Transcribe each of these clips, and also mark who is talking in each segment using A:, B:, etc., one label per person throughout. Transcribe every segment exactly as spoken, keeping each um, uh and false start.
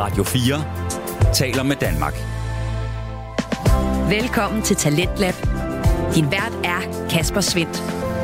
A: Radio fire taler med Danmark.
B: Velkommen til Talentlab. Din vært er Kasper Svendt.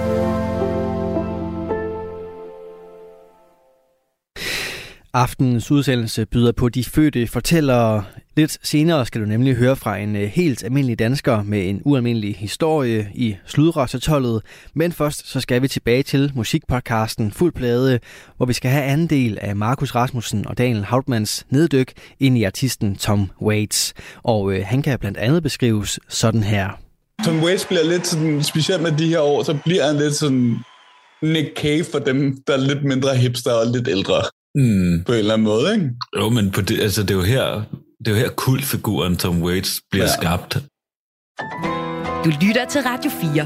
C: Aftenens udsendelse byder på de fødte fortællere. Lidt senere skal du nemlig høre fra en helt almindelig dansker med en ualmindelig historie i Sludrøssetollet. Men først så skal vi tilbage til musikpodcasten Fuld Plade, hvor vi skal have anden del af Marcus Rasmussen og Daniel Hauptmanns neddyk ind i artisten Tom Waits. Og øh, han kan blandt andet beskrives sådan her.
D: Tom Waits bliver lidt sådan, specielt med de her år, så bliver han lidt sådan Nick Cave for dem, der er lidt mindre hipster og lidt ældre. Mm. På en eller anden måde, ikke?
E: Jo, men på det, altså, det er jo her, det er jo her kultfiguren Tom Waits bliver ja. skabt.
B: Du lytter til Radio fire.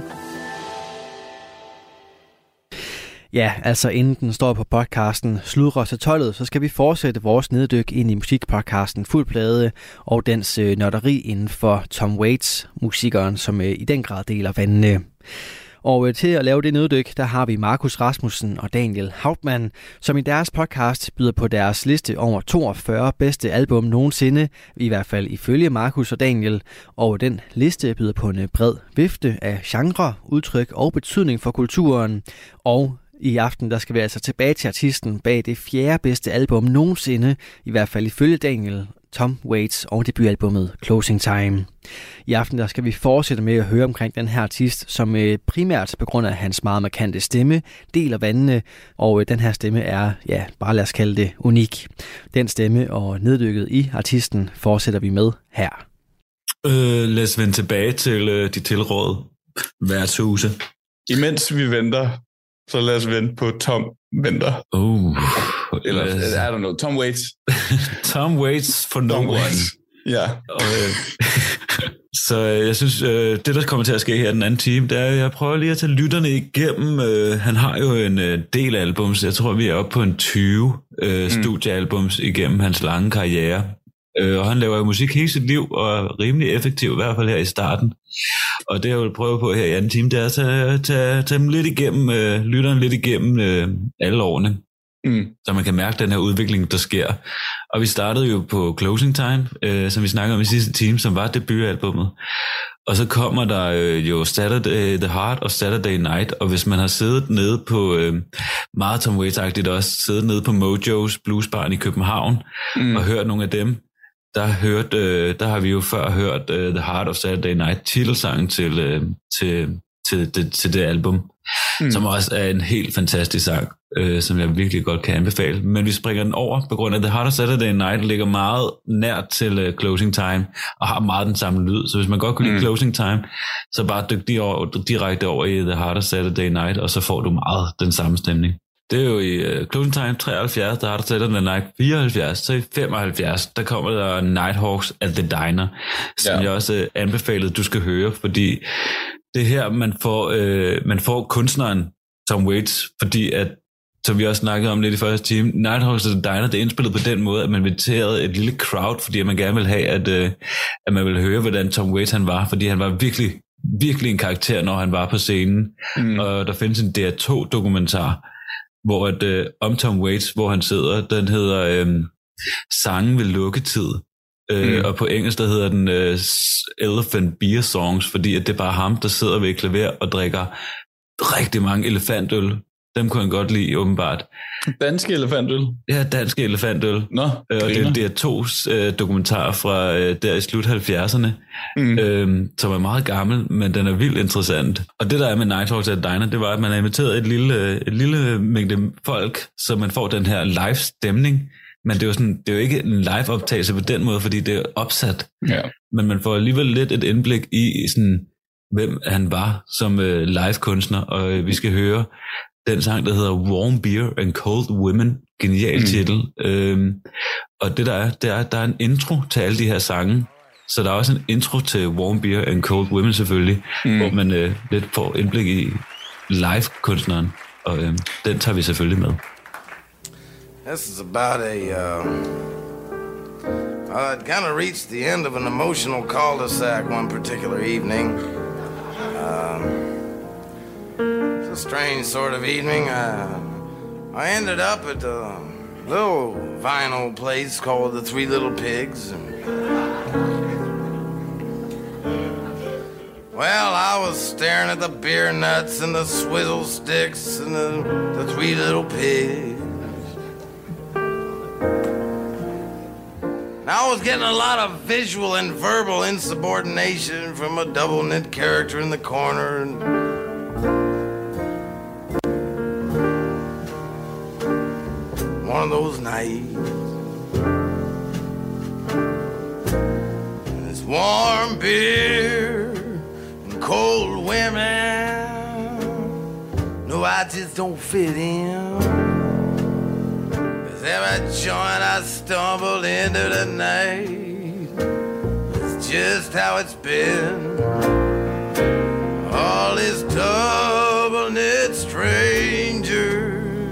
C: Ja, altså inden den står på podcasten Sludrøssetollet, så skal vi fortsætte vores neddyk ind i musikpodcasten Fuld Plade og dens øh, nørderi inden for Tom Waits, musikeren, som øh, i den grad deler vandene. Og øh, til at lave det neddyk, der har vi Marcus Rasmussen og Daniel Hauptmann, som i deres podcast byder på deres liste over toogfyrre bedste album nogensinde, i hvert fald ifølge Marcus og Daniel. Og den liste byder på en bred vifte af genre, udtryk og betydning for kulturen. Og i aften, der skal vi altså tilbage til artisten bag det fjerde bedste album nogensinde, i hvert fald ifølge Daniel, Tom Waits og debutalbummet Closing Time. I aften, der skal vi fortsætte med at høre omkring den her artist, som primært på grund af hans meget markante stemme deler vandene, og den her stemme er, ja, bare lad os kalde det unik. Den stemme og neddykket i artisten fortsætter vi med her.
E: Øh, lad os vende tilbage til øh, de tilrådede værtshuse.
D: Imens vi venter, så lad os vente på Tom Venter.
E: Uh,
D: Eller, I don't know, Tom Waits.
E: Tom Waits for no
D: Tom
E: one.
D: Waits. Ja.
E: Og, øh, så jeg synes, øh, det der kommer til at ske her den anden time, det er, at jeg prøver lige at tage lytterne igennem. Øh, han har jo en øh, del albums. Jeg tror, vi er oppe på en tyve øh, mm. studiealbums igennem hans lange karriere. Øh, og han laver jo musik hele sit liv, og rimelig effektiv, i hvert fald her i starten. Og det jeg vil prøve på her i anden time, det er at tage, tage, tage dem lidt igennem, øh, lytteren lidt igennem øh, alle årene. Mm. Så man kan mærke den her udvikling, der sker. Og vi startede jo på Closing Time, øh, som vi snakkede om i sidste time, som var debutalbummet. Og så kommer der øh, jo Saturday the Heart og Saturday Night, og hvis man har siddet nede på, øh, meget Tom Waits-agtigt også, siddet nede på Mojos Bluesbarn i København, mm. og hørt nogle af dem, der, hørt, øh, der har vi jo før hørt øh, The Heart of Saturday Night, titelsangen til, øh, til, til, til, til det album, mm. som også er en helt fantastisk sang, øh, som jeg virkelig godt kan anbefale. Men vi springer den over, på grund af The Heart of Saturday Night ligger meget nært til øh, Closing Time, og har meget den samme lyd. Så hvis man godt kunne lide mm. Closing Time, så bare dyk direkte over i The Heart of Saturday Night, og så får du meget den samme stemning. Det er jo i uh, Closing Time treoghalvfjerds, der har der Saturday Night fireoghalvfjerds, så i femoghalvfjerds, der kommer der Nighthawks at the Diner, som ja. jeg også uh, anbefalede, du skal høre, fordi det er her, man får, uh, man får kunstneren Tom Waits, fordi at, som vi også snakkede om lidt i første time, Nighthawks at the Diner, det er indspillet på den måde, at man inviterede et lille crowd, fordi man gerne vil have, at, uh, at man vil høre, hvordan Tom Waits han var, fordi han var virkelig, virkelig en karakter, når han var på scenen, mm. og der findes en D R to dokumentar, hvor at, øh, om Tom Waits, hvor han sidder, den hedder øh, Sangen ved lukketid, øh, mm. og på engelsk der hedder den øh, Elephant Beer Songs, fordi at det er bare ham, der sidder ved et klaver og drikker rigtig mange elefantøl. Dem kunne han godt lide, åbenbart.
D: Danske elefantøl?
E: Ja, danske elefantøl.
D: Nå,
E: øh, og det, det er to øh, dokumentarer fra øh, der i slut halvfjerdserne, mm. øh, som er meget gammel, men den er vildt interessant. Og det der er med Nighthawks at the Diner, det var, at man har inviteret et lille, et lille mængde folk, så man får den her live stemning. Men det er jo, sådan, det er jo ikke en live optagelse på den måde, fordi det er opsat. Ja. Men man får alligevel lidt et indblik i, sådan, hvem han var som øh, live-kunstner, og øh, vi skal høre den sang, der hedder Warm Beer and Cold Women. Genial mm. titel. Øhm, og det der er, det er, der er en intro til alle de her sange. Så der er også en intro til Warm Beer and Cold Women selvfølgelig, mm. hvor man øh, lidt får indblik i live-kunstneren. Og øh, den tager vi selvfølgelig med.
F: This is about a... Uh, I'd kind of reached the end of an emotional cul-de-sac one particular evening. Um... A strange sort of evening. Uh, I ended up at uh, little vinyl place called the Three Little Pigs. And well, I was staring at the beer nuts and the swizzle sticks and the, the Three Little Pigs. And I was getting a lot of visual and verbal insubordination from a double-knit character in the corner. And one of those nights, and it's warm beer and cold women. No, I just don't fit in. Cause every joint I stumbled into tonight, it's just how it's been. All these double-knit strangers,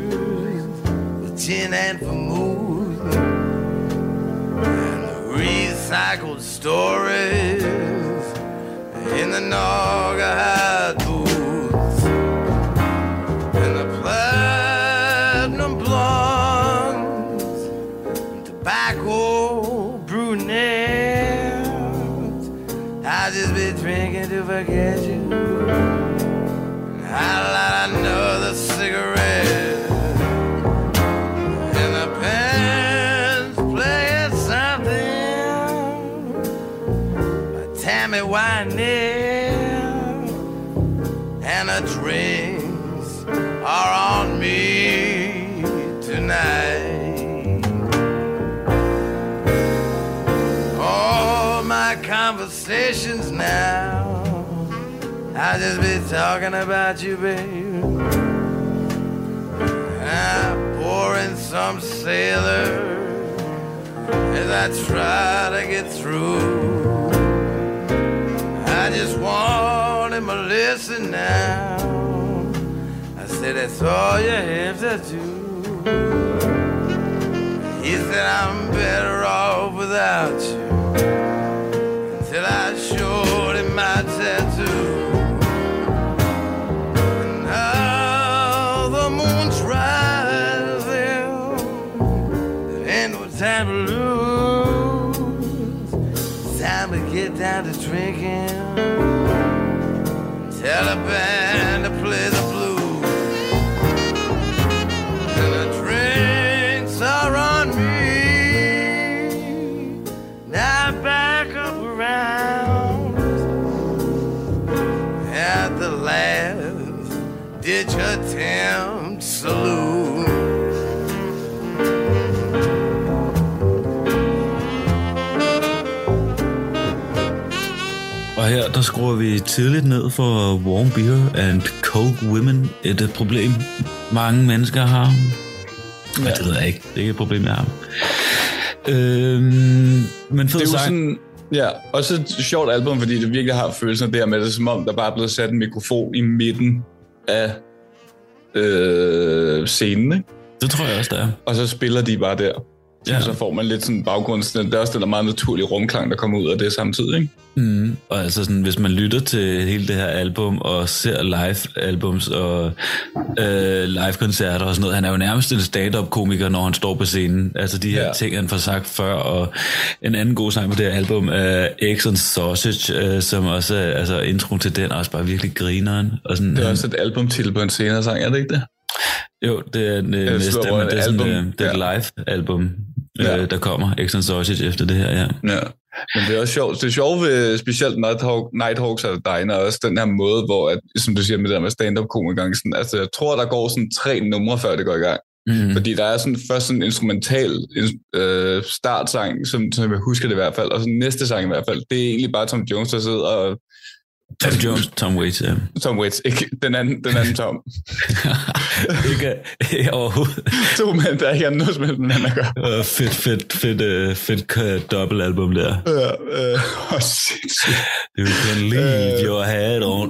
F: gin and vermouth, and the recycled stories in the Naugahyde booths, and the platinum blondes, and tobacco brunettes. I just be drinking to forget you. I light another cigarette. Tammy Wynette, and the drinks are on me tonight. All my conversations now, I just be talking about you, babe. I'm pouring some sailor as I try to get through. I just want him to listen now. I said, that's all you have to do. He said, I'm better off without you. Until I showed him my tattoo. And now the moon's rising. There ain't no time to lose. It's time to get down to drinking. Tell the band to play the blues, and the drinks are on me. Now back up around at the last ditch attempt saloon.
E: Og her, der skruer vi tidligt ned for warm beer and cold women. Et problem, mange mennesker har. Ja. Det ved jeg ikke. Det er ikke et problem, jeg har. Øhm, men fed
D: det er jo
E: sang.
D: sådan, ja, også et sjovt album, fordi det virkelig har følelsen af det her med, det er som om, der bare er blevet sat en mikrofon i midten af øh, scenen, ikke?
E: Det tror jeg også, der er.
D: Og så spiller de bare der.
E: Ja.
D: Så får man lidt sådan baggrundsstød. Det er også den der meget naturlige rumklang, der kommer ud af det samtidig, ikke?
E: Mm. Og altså sådan, hvis man lytter til hele det her album og ser live-albums og øh, live-koncerter og sådan noget, han er jo nærmest en stand-up-komiker, når han står på scenen. Altså de her ja. ting, han får sagt før. Og en anden god sang på det her album er Eggs and Sausage, øh, som også er altså, intro til den, også bare virkelig grineren. Og sådan,
D: det er også et albumtitel på en senere sang, er det ikke det?
E: Jo, det er en øh, næste, men det er, sådan, øh, det er et
D: ja.
E: live-album, øh,
D: ja.
E: der kommer. Eggs and Sausage efter det her, ja.
D: Ja. Men det er også sjovt. Det er sjovt ved specielt Nighthawk, Nighthawks og Diner, også den her måde, hvor, at, som du siger med det der med stand-up-komikeren, altså jeg tror, der går sådan tre numre, før det går i gang. Mm-hmm. Fordi der er sådan først sådan en instrumental øh, startsang, som, som jeg husker det i hvert fald, og så næste sang i hvert fald, det er egentlig bare Tom Jones, der sidder og...
E: Tom Jones, Tom Waits, ja.
D: Tom Waits, ikke den anden, den anden Tom.
E: ikke, ikke overhovedet.
D: To mænd, der ikke er noget som helst med den at gøre.
E: Uh, fedt, fedt, fedt, uh, fedt uh, dobbeltalbum der.
D: Ja, uh, uh, oh, sindssygt.
E: You can leave uh, your hat on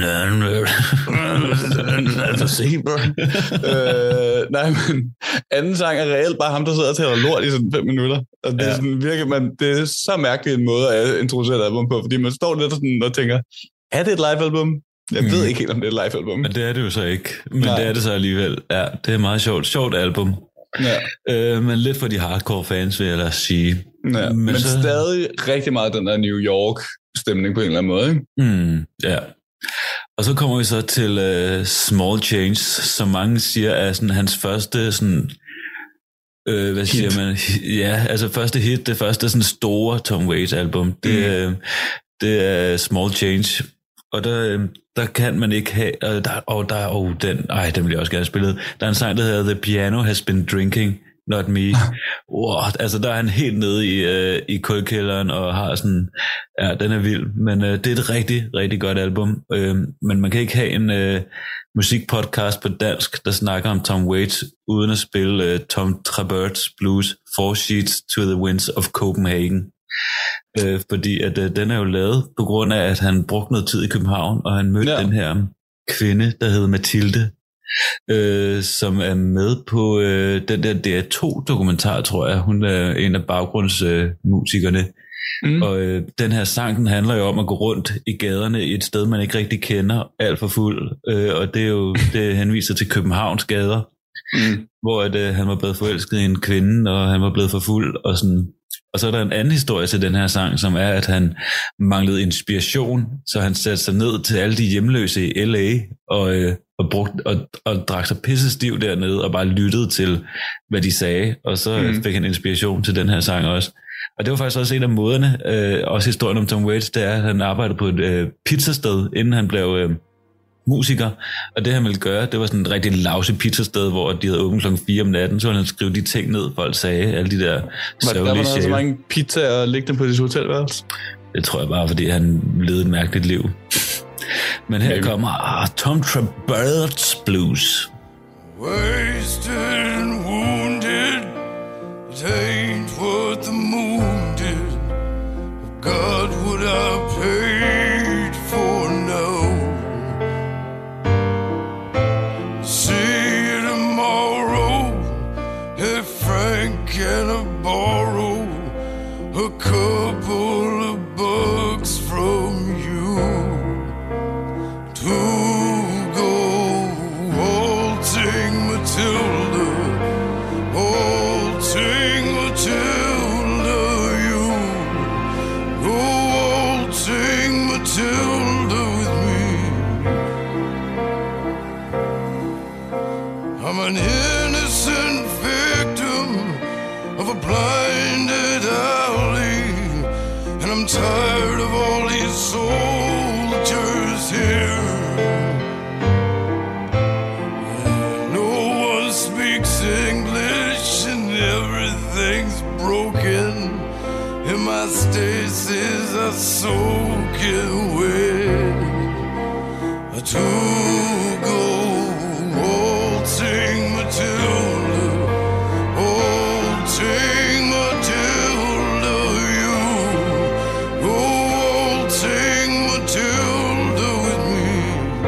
E: and see, bro.
D: uh, nej, men anden sang er reelt bare ham, der sidder og taler lort i sådan fem minutter. Og det, ja. er sådan, virkelig, man, det er så mærkeligt en måde at introducere et album på, fordi man står lidt sådan og tænker, er det et live-album? Jeg ved mm. ikke helt, om det er et live-album.
E: Men det er det jo så ikke. Men
D: Nej.
E: det er det så alligevel. Ja, det er meget sjovt. Sjovt album. Ja. Øh, men lidt for de hardcore fans, vil jeg da sige.
D: Ja, men men så... stadig rigtig meget den der New York-stemning på en eller anden måde, ikke?
E: Mm, ja. Og så kommer vi så til uh, Small Change, som mange siger er sådan hans første sådan... Øh, hvad hit. siger man? Ja, altså første hit, det første sådan store Tom Waits album, det, mm. det er Small Change. Og der, der kan man ikke have, og der, og der oh, den, ej, den vil jeg også gerne spille. Der er en sang, der hedder The Piano Has Been Drinking, Not Me. Wow, altså der er han helt nede i, øh, i kulkælderen og har sådan, ja, den er vild. Men øh, det er et rigtig, rigtig godt album. Øh, men man kan ikke have en øh, musikpodcast på dansk, der snakker om Tom Waits, uden at spille øh, Tom Traberts Blues, Four Sheets to the Winds of Copenhagen. Øh, fordi at øh, den er jo lavet på grund af, at han brugte noget tid i København, og han mødte ja. den her kvinde, der hedder Mathilde, øh, som er med på øh, den der D R to dokumentar, tror jeg. Hun er en af baggrundsmusikerne. Øh, mm. Og øh, den her sang, den handler jo om at gå rundt i gaderne i et sted, man ikke rigtig kender, alt for fuld. Øh, og det er jo, det henviser til Københavns gader, mm. hvor at, øh, han var blevet forelsket i en kvinde, og han var blevet for fuld, og sådan. Og så er der en anden historie til den her sang, som er, at han manglede inspiration, så han satte sig ned til alle de hjemløse i L A og, øh, og, brugte, og, og drak sig pissestiv dernede og bare lyttede til, hvad de sagde, og så mm. fik han inspiration til den her sang også. Og det var faktisk også en af måderne, øh, også historien om Tom Waits, det er, at han arbejdede på et øh, pizzasted, inden han blev øh, musiker, og det han ville gøre, det var sådan et rigtig lousy pizzasted, hvor de havde åbent klokken fire om natten, så ville han skrive de ting ned, folk sagde, alle de der sørgelige
D: sjæle. Der var så mange pizzaer og ligge dem på dit hotelværelse?
E: Det tror jeg bare, fordi han levede et mærkeligt liv. Men her Maybe. kommer ah, Tom Traberts Blues.
F: Wasted and wounded, it ain't what the moon did. God would I paid for now. See you tomorrow, if Frank can I borrow a couple of bucks from you to go waltzing Matilda, waltzing Matilda, you go waltzing Matilda with me. I'm an innocent victim of a blinded alley, and I'm tired of all these soldiers here. No one speaks English and everything's broken, and my stasis are soaking wet. I do go waltzing Matilda, waltzing Matilda, you go waltzing Matilda with me.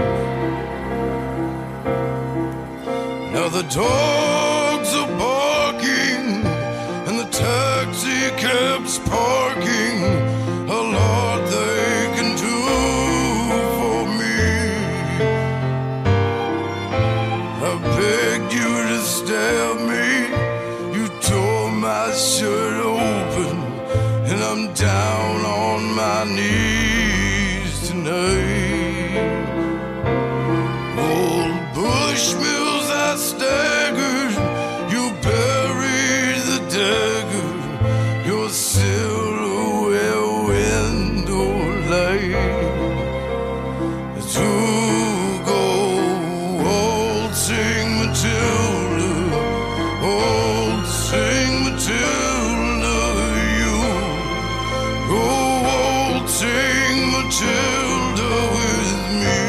F: Now the dogs are barking and the taxi cab's parking, a lot they can do for me. I begged you to stab me, you tore my shirt open, and I'm down on my knees tonight. Old Bushmills I staggered, you buried the dagger, your silhouette window light. To go waltzing Matilda, waltzing Matilda, you go waltzing Matilda with me.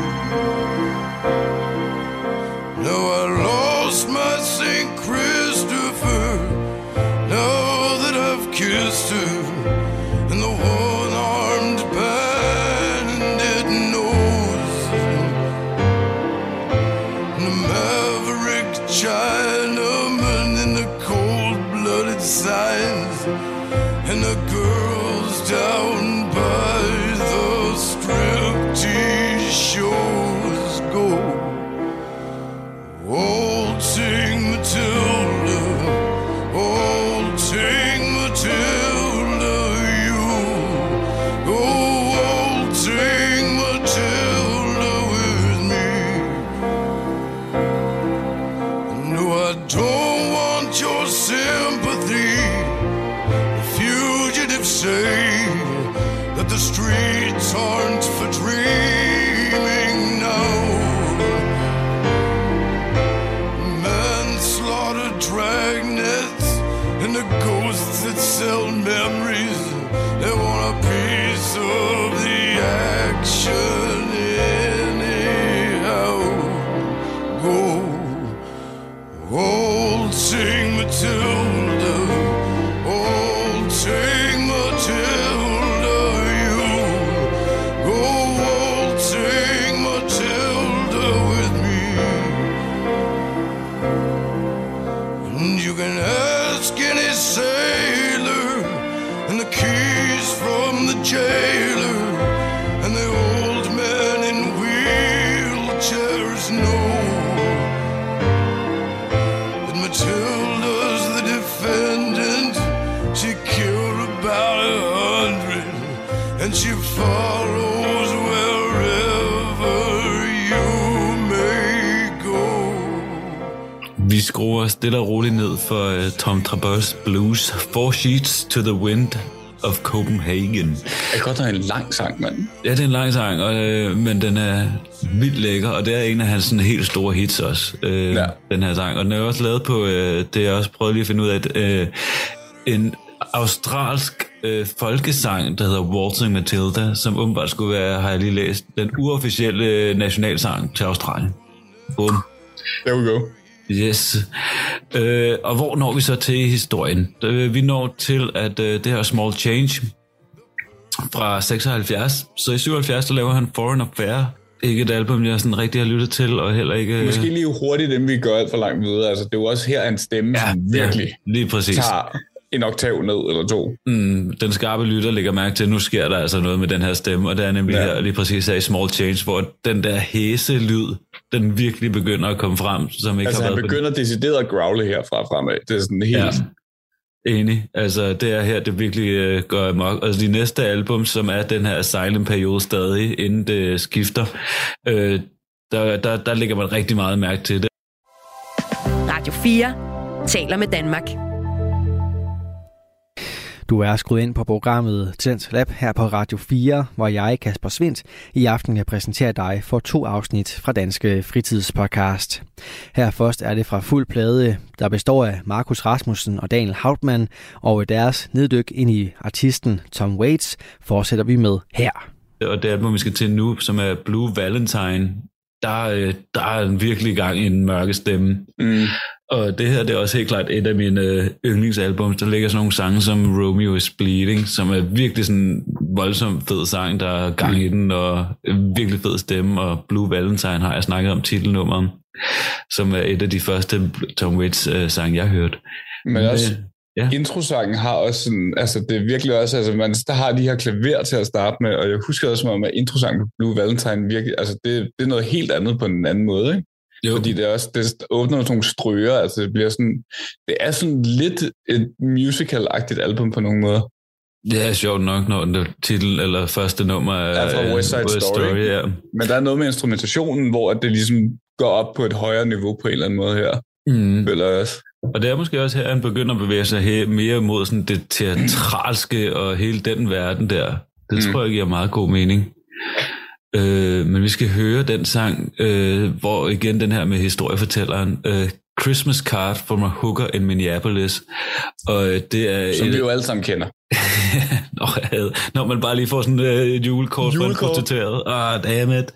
F: Now I lost my Saint Christopher, now that I've kissed her, and the one-armed bandit knows, and the maverick Chinaman in the cold-blooded signs, and the girls down by the striptease shows go waltzing Matilda, the streets aren't for dreaming, no. Manslaughter, dragnets, and the ghosts that sell memories. They want a piece of the action anyhow. Go, old Saint Matilda, old Saint Matilda, you. Go, old Saint Matilda, with me. And you can ask any sailor, and the keys from the jailer, and the old man in wheelchairs know that Matilda's the defendant. She killed about a hundred, and she follows wherever you may go.
E: Vi skruer stille og roligt ned for uh, Tom Trabos blues. Four Sheets to the Wind of Copenhagen.
D: Det er godt, der er en lang sang, mand.
E: Ja, det er en lang sang, og, øh, men den er vildt lækker, og det er en af hans sådan, helt store hits også, øh, ja. Den her sang. Og den er også lavet på, øh, det er også prøvet lige at finde ud af, at, øh, en australsk øh, folkesang, der hedder Waltzing Matilda, som åbenbart skulle være, har jeg lige læst, den uofficielle nationalsang til Australien. Boom.
D: There we go.
E: Yes. Øh, og hvor når vi så til historien? Vi når til, at øh, det her Small Change fra seksoghalvfjerds. Så i syvoghalvfjerds, der laver han Foreign Affair. Ikke et album, jeg sådan rigtig har lyttet til, og heller ikke...
D: Måske lige hurtigt, inden vi gør alt for langt videre. Altså, det er jo også her en stemme, ja, som virkelig
E: ja, lige præcis.
D: tager en oktav ned eller to.
E: Mm, den skarpe lytter lægger mærke til, at nu sker der altså noget med den her stemme, og det er nemlig ja. her lige præcis her i Small Change, hvor den der hæse lyd, den virkelig begynder at komme frem, som ikke
D: altså,
E: har været...
D: Altså han begynder decideret at growle herfra fremad. Det er sådan helt... Ja.
E: Enig. Altså, det er her, det virkelig øh, går amok. Altså, de næste album, som er den her silent-periode stadig, inden det skifter, øh, der, der, der lægger man rigtig meget mærke til det.
B: Radio fire taler med Danmark.
C: Du er skruet ind på programmet Tidens Lab her på Radio fire, hvor jeg, Kasper Svindt, i aften vil præsentere dig for to afsnit fra Danske Fritidspodcast. Her først er det fra Fuld Plade, der består af Markus Rasmussen og Daniel Hauptmann, og i deres neddyk ind i artisten Tom Waits fortsætter vi med her.
E: Og det album, vi skal til nu, som er Blue Valentine, der, der er en virkelig gang i en mørke stemme. Mm. Og det her, det er også helt klart et af mine øh, yndlingsalbums. Der ligger sådan nogle sange som Romeo is Bleeding, som er virkelig sådan en voldsomt fed sang, der er gang i den, og en virkelig fed stemme. Og Blue Valentine har jeg snakket om titelnummeret, som er et af de første Tom Waits øh, sange, jeg har hørt.
D: Men også ja. Introsangen har også sådan, altså det er virkelig også, altså man der har de her klaver til at starte med, og jeg husker også som om, at introsangen på Blue Valentine virkelig, altså det, det er noget helt andet på en anden måde, ikke? Jo. Fordi det er også, det åbner nogle strøger, altså det bliver sådan, det er sådan lidt et musical-agtigt album på nogle måder.
E: Det er sjovt nok, når den titel eller første nummer er
D: ja, fra West Side West Story. Story ja. Men der er noget med instrumentationen, hvor det ligesom går op på et højere niveau på en eller anden måde her. Mm. Føler jeg også.
E: Og det er måske også her, han begynder at bevæge sig mere mod sådan det teatralske og hele den verden der. Det mm. tror jeg giver meget god mening. Øh, men vi skal høre den sang, øh, hvor igen den her med historiefortælleren, øh, Christmas Card from a Hooker in Minneapolis. Og øh, det er
D: som et, vi jo alle sammen kender.
E: Nå, havde, når man bare lige får sådan øh, et julekort for en prostitueret. Ah, dammit.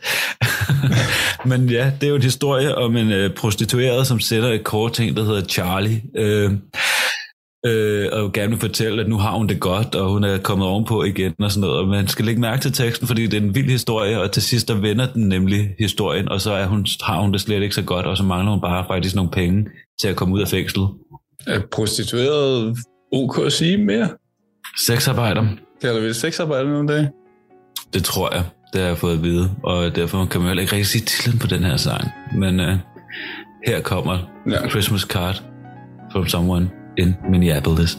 E: Men ja, det er jo en historie om en øh, prostitueret, som sætter et kort til en, der hedder Charlie. Øh, Øh, og gerne vil fortælle, at nu har hun det godt, og hun er kommet ovenpå igen og sådan noget, og man skal lægge mærke til teksten, fordi det er en vild historie, og til sidst der vender den nemlig historien, og så er hun, har hun det slet ikke så godt, og så mangler hun bare faktisk nogle penge til at komme ud af fængslet.
D: Er prostitueret ok at sige mere?
E: Sexarbejder.
D: Kalder vi det sexarbejder nogle dage?
E: Det tror jeg, det har jeg fået at vide, og derfor kan man jo ikke rigtig sige titlen på den her sang, men uh, her kommer ja. Christmas Card from Someone in Minneapolis.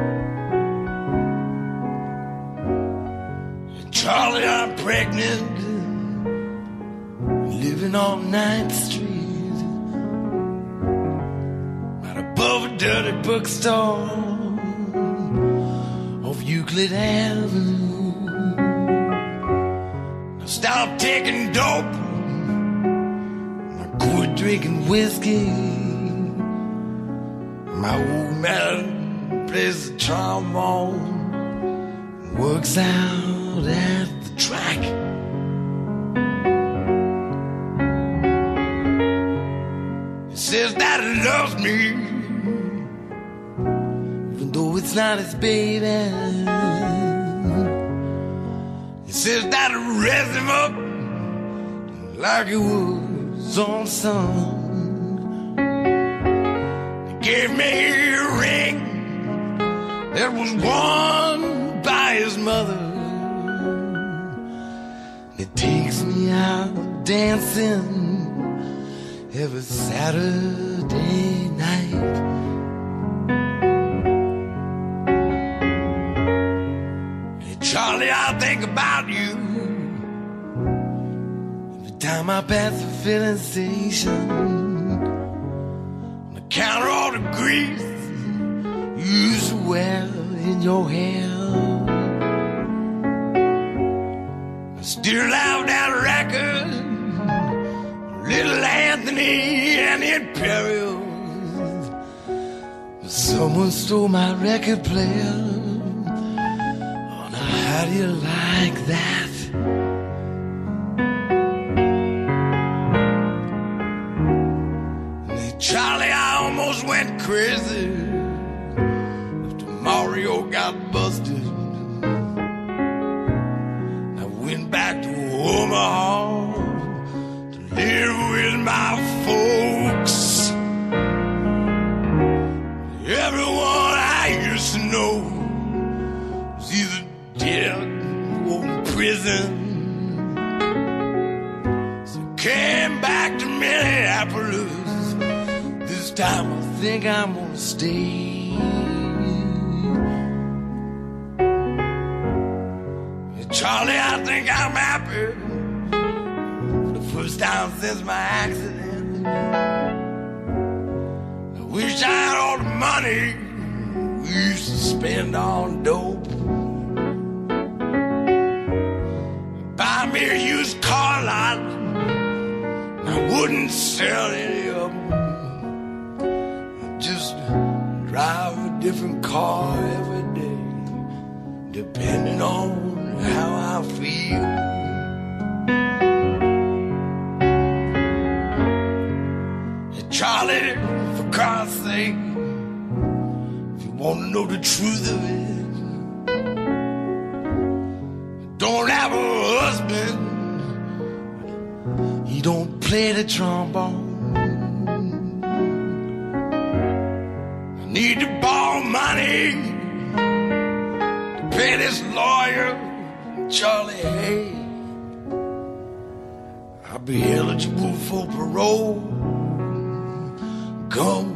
F: Charlie, I'm pregnant. Sitting on ninth Street, right above a dirty bookstore off Euclid Avenue. I stopped taking dope, I quit drinking whiskey. My old man plays the trombone, works out at the track. He says that he loves me, even though it's not his baby. He says that he raised him up like he was on son. He gave me a ring that was worn by his mother. It takes me out dancing every Saturday night. Hey Charlie, I think about you every time I pass the filling station. On the counter, all the grease you used to wear in your hair. I still have that record, Little Anthony and the Imperials. Someone stole my record player. Oh, now how do you like that? Hey, Charlie, I almost went crazy after Mario got busted. I went back to Omaha to live with my folks. Everyone I used to know was either dead or in prison. So I came back to Minneapolis. This time I think I'm gonna stay. Hey, Charlie, I think I'm happy for the first time since my accident. I wish I had all the money we used to spend on dope. Buy me a used car lot, I wouldn't sell any of them. I'd just drive a different car every day, depending on how I feel. Hey, Charlie, for God's sake, if you want to know the truth of it, don't have a husband, he don't play the trombone. I need to borrow money to pay this lawyer, Charlie Hay. I'll be eligible for parole come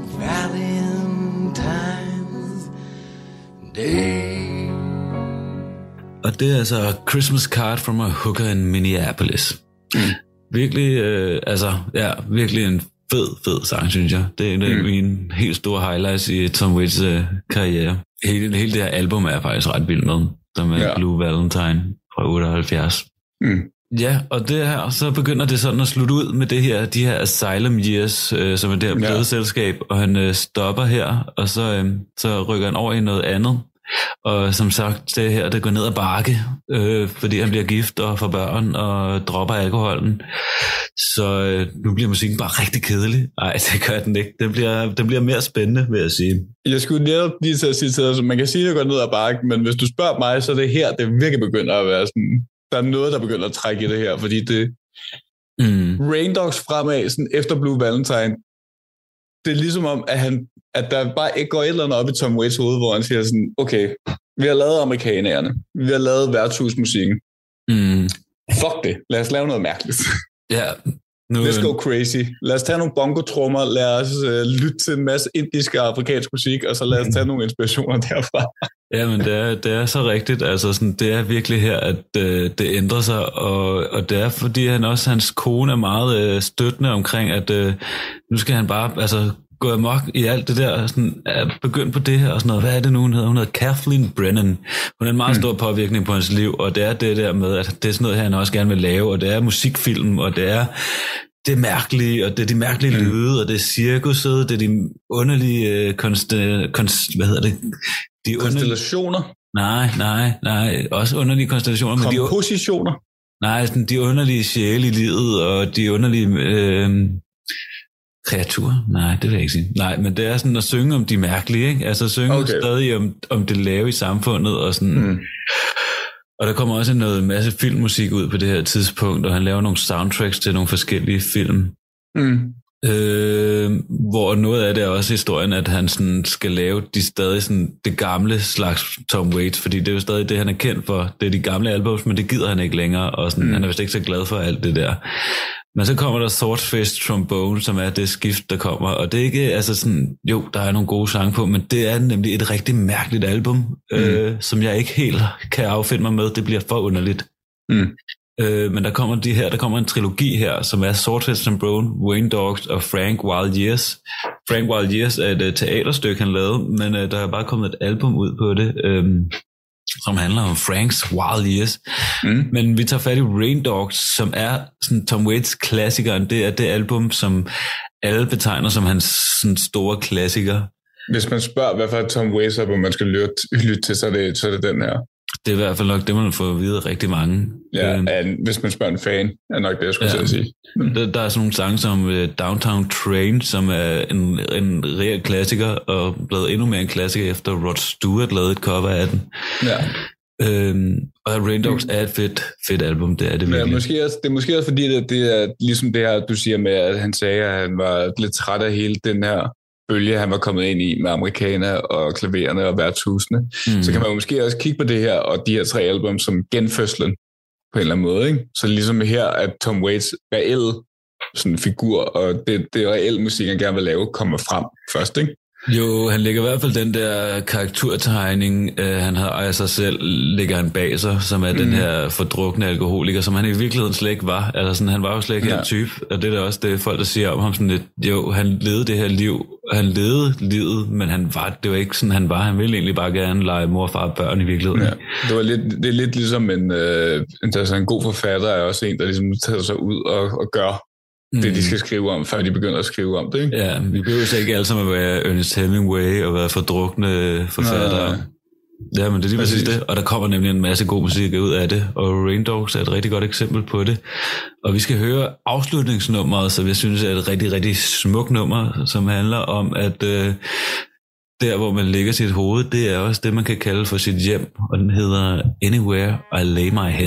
F: Valentine's Day.
E: Og det er altså Christmas Card from a Hooker in Minneapolis. Mm. Virkelig, øh, altså, ja, virkelig en fed, fed sang, synes jeg. Det er en af mm. mine helt store highlights i Tom Waits øh, karriere. Hele, hele det her album er jeg faktisk ret vild med, som er ja. Blue Valentine fra otteoghalvfjerds. Mm. Ja, og det her, så begynder det sådan at slutte ud med det her, de her Asylum Years, øh, som er det her pladeselskab, og han øh, stopper her, og så, øh, så rykker han over i noget andet. Og som sagt, det her, det går ned ad bakke, øh, fordi han bliver gift og får børn og dropper alkoholen. Så øh, nu bliver musikken bare rigtig kedelig. Nej, det gør den ikke. Det bliver, det bliver mere spændende, vil jeg sige.
D: Jeg skulle netop lige til at sige til dig, man kan sige, at det går ned ad bakke, men hvis du spørger mig, så er det her, det virkelig begynder at være sådan, der er noget, der begynder at trække i det her, fordi det mm. Rain Dogs fremad, sådan efter Blue Valentine, det er ligesom om, at han at der bare ikke går et eller andet op i Tom Waits hoved, hvor han siger sådan, okay, vi har lavet amerikanerne, vi har lavet værtshusmusikken. Mm. Fuck det, lad os lave noget mærkeligt.
E: Ja. Nu,
D: Let's go crazy. Lad os tage nogle bongotrummer, lad os uh, lytte til en masse indisk og afrikansk musik, og så lad os tage nogle inspirationer derfra.
E: Ja, men det er, det er så rigtigt. Altså, sådan, det er virkelig her, at øh, det ændrer sig, og, og det er, fordi han også, hans kone er meget øh, støttende omkring, at øh, nu skal han bare altså, gå amok i alt det der, sådan, er begyndt på det her og sådan noget. Hvad er det nu, hun hedder? Hun hedder Kathleen Brennan. Hun er en meget stor påvirkning på hans liv, og det er det der med, at det er sådan noget, han også gerne vil lave, og det er musikfilm, og det er det mærkelige, og det er de mærkelige mm. lyde, og det er cirkuset, det er de underlige øh, konst, konst, hvad hedder det? De
D: konstellationer?
E: Underlige, nej, nej, nej, også underlige konstellationer.
D: Kompositioner?
E: Men de, nej, sådan de underlige sjæle i livet, og de underlige øh, kreaturer. Nej, det vil jeg ikke sige. Nej, men det er sådan at synge om de mærkelige, ikke? Altså synge okay. stadig om, om det lave i samfundet, og sådan... Mm. Og der kommer også noget masse filmmusik ud på det her tidspunkt, og han laver nogle soundtracks til nogle forskellige film. Mm. Øh, hvor noget af det er også historien, at han sådan skal lave de stadig sådan det gamle slags Tom Waits, fordi det er jo stadig det, han er kendt for. Det er de gamle albums, men det gider han ikke længere, og sådan, mm. han er vist ikke så glad for alt det der. Men så kommer der Swordfish Trombone, som er det skift, der kommer, og det er ikke, altså sådan, jo, der er nogle gode sange på, men det er nemlig et rigtig mærkeligt album, mm. øh, som jeg ikke helt kan affinde mig med. Det bliver for underligt. Mm. Øh, men der kommer de her, der kommer en trilogi her, som er Swordfish Trombone, Wayne Dogs og Frank Wild Years. Frank Wild Years er et uh, teaterstykke, han lavede, men uh, der er bare kommet et album ud på det, øh, som handler om Franks Wild Years. Mm. Men vi tager fat i Rain Dogs, som er sådan Tom Waits klassikeren. Det er det album, som alle betegner som hans sådan store klassiker.
D: Hvis man spørger, hvad for et Tom Waits album man skal lytte, lytte til, så er, det, så er det den her.
E: Det er i hvert fald nok det, man får at vide rigtig mange.
D: Ja, øhm, hvis man spørger en fan, er nok det, jeg skulle ja, sige. Mm.
E: Der, der er sådan nogle sange som uh, Downtown Train, som er en, en reel klassiker, og blevet endnu mere en klassiker, efter Rod Stewart lavede et cover af den. Ja. Øhm, og Rain Dogs mm. er et fedt, fedt album, det er det virkelig. Ja,
D: måske også, det er måske også fordi, det, det er ligesom det her, du siger med, at han sagde, at han var lidt træt af hele den her bølge, han var kommet ind i med amerikaner og klavererne og værtshusene. Mm. Så kan man måske også kigge på det her, og de her tre album som genfødslen på en eller anden måde. Ikke? Så ligesom her, at Tom Waits reelle sådan figur, og det, det reelle musik, han gerne vil lave, kommer frem først, ikke?
E: Jo, han lægger i hvert fald den der karaktertegning, øh, han har af sig selv, lægger han bag sig, som er mm. den her fordrukne alkoholiker, som han i virkeligheden slet ikke var. Altså sådan, han var jo slet ikke ja. en type, og det er da også det, folk der siger om ham sådan lidt, jo, han levede det her liv, han levede livet, men han var, det var ikke sådan, han var. Han ville egentlig bare gerne lege mor, far og børn i virkeligheden. Ja.
D: Det, var lidt, det er lidt ligesom en, øh, en, altså en god forfatter er også en, der ligesom tager sig ud og, og gør det, de skal skrive om, før de begynder at skrive om det, ikke?
E: Ja, vi behøver så ikke alle sammen at være Ernest Hemingway og være fordrukne forfattere. Nej. Ja, men det er lige præcis det. Og der kommer nemlig en masse god musik ud af det, og Rain Dogs er et rigtig godt eksempel på det. Og vi skal høre afslutningsnummeret, som jeg synes er et rigtig, rigtig smukt nummer, som handler om, at øh, der, hvor man lægger sit hoved, det er også det, man kan kalde for sit hjem, og den hedder Anywhere I Lay My Head.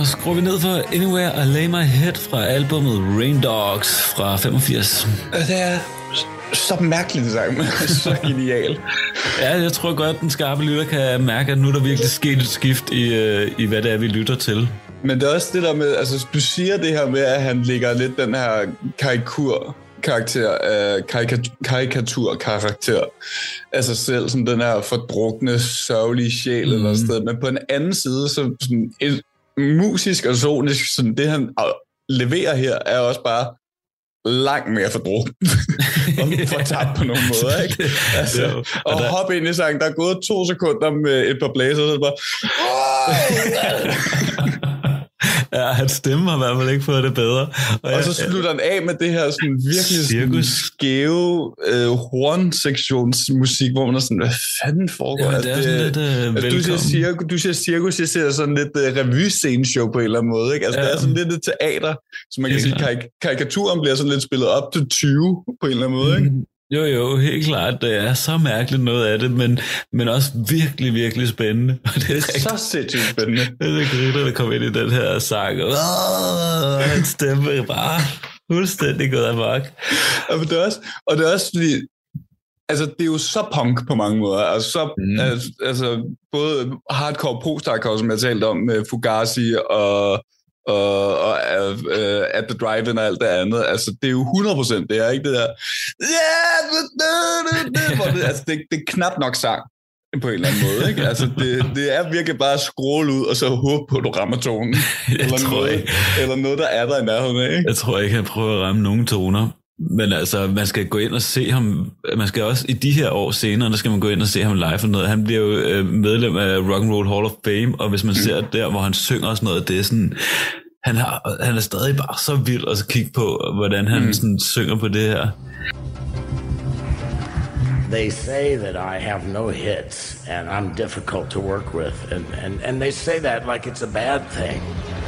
E: skruer vi ned for Anywhere I Lay My Head fra albumet Rain Dogs fra femogfirs.
D: Det er så mærkeligt en sang, men så genial.
E: Ja, jeg tror godt, den skarpe lytter kan mærke, at nu er der virkelig sket et skift i, i hvad det er, vi lytter til.
D: Men det er også det der med, altså du siger det her med, at han lægger lidt den her karikur karakter, øh, karikatur, karikaturkarakter af sig selv, som den her fordrukne, sørgelige sjæl mm. eller sted. Men på en anden side, så sådan et, musisk og sonisk, sådan det han leverer her, er også bare langt mere fordrukken og fortabt på nogle måder, ikke? Altså, jo, og og der... hoppe ind i sangen, der er gået to sekunder med et par blæser, så er det bare...
E: Ja, hans stemme har i hvert fald ikke fået det bedre.
D: Og, og så slutter han af med det her sådan virkelig sådan skæve øh, hornsektionsmusik, hvor man er sådan, hvad fanden foregår?
E: Ja, det er sådan det, lidt øh,
D: altså, du, siger cirkus, du siger cirkus, jeg ser sådan lidt øh, revy-sceneshow på en eller anden måde, ikke? Altså, ja. Det er sådan lidt et teater, så man kan sige, karik- karikaturen bliver sådan lidt spillet op til tyve på en eller anden måde, ikke?
E: Jo, jo, helt klart. Det er så mærkeligt noget af det, men, men også virkelig, virkelig spændende.
D: Det er, det er så sindssygt spændende.
E: Det er griner, der kommer ind i den her sang. Og hans stemme er bare fuldstændig gået amok.
D: Og det er også, og det er også fordi, altså det er jo så punk på mange måder. Altså, så, mm. altså, altså både hardcore, post-hardcore, som jeg talte om med Fugazi og og, og uh, At the Drive-In og alt det andet. Altså, det er jo hundrede procent, det er ikke det der... Yeah, det, altså, det, det er knap nok sang på en eller anden måde, ikke? Altså, det, det er virkelig bare at scrolle ud, og så håbe på, at du rammer tonen. Eller noget, eller noget, der er der i nærheden af, ikke?
E: Jeg tror ikke, han prøver at ramme nogen toner. Men altså, man skal gå ind og se ham, man skal også i de her år senere, der skal man gå ind og se ham live og noget. Han bliver jo medlem af Rock and Roll Hall of Fame, og hvis man mm. ser der, hvor han synger og sådan noget, det er sådan, han, har, han er stadig bare så vild at kigge på, hvordan han mm. sådan synger på det her.
G: They say that I have no hits, and I'm difficult to work with, and, and, and they say that like it's a bad thing.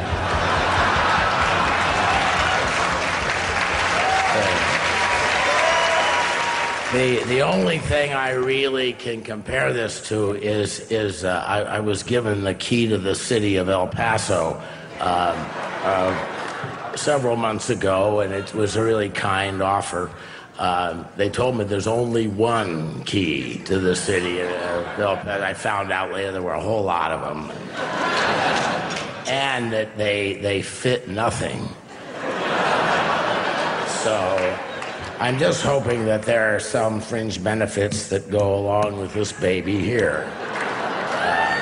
G: The the only thing I really can compare this to is is uh, I, I was given the key to the city of El Paso uh, uh, several months ago, and it was a really kind offer. Uh, they told me there's only one key to the city of El Paso. I found out later there were a whole lot of them, and that they they fit nothing. So I'm just hoping that there are some fringe benefits that go along with this baby here. Uh,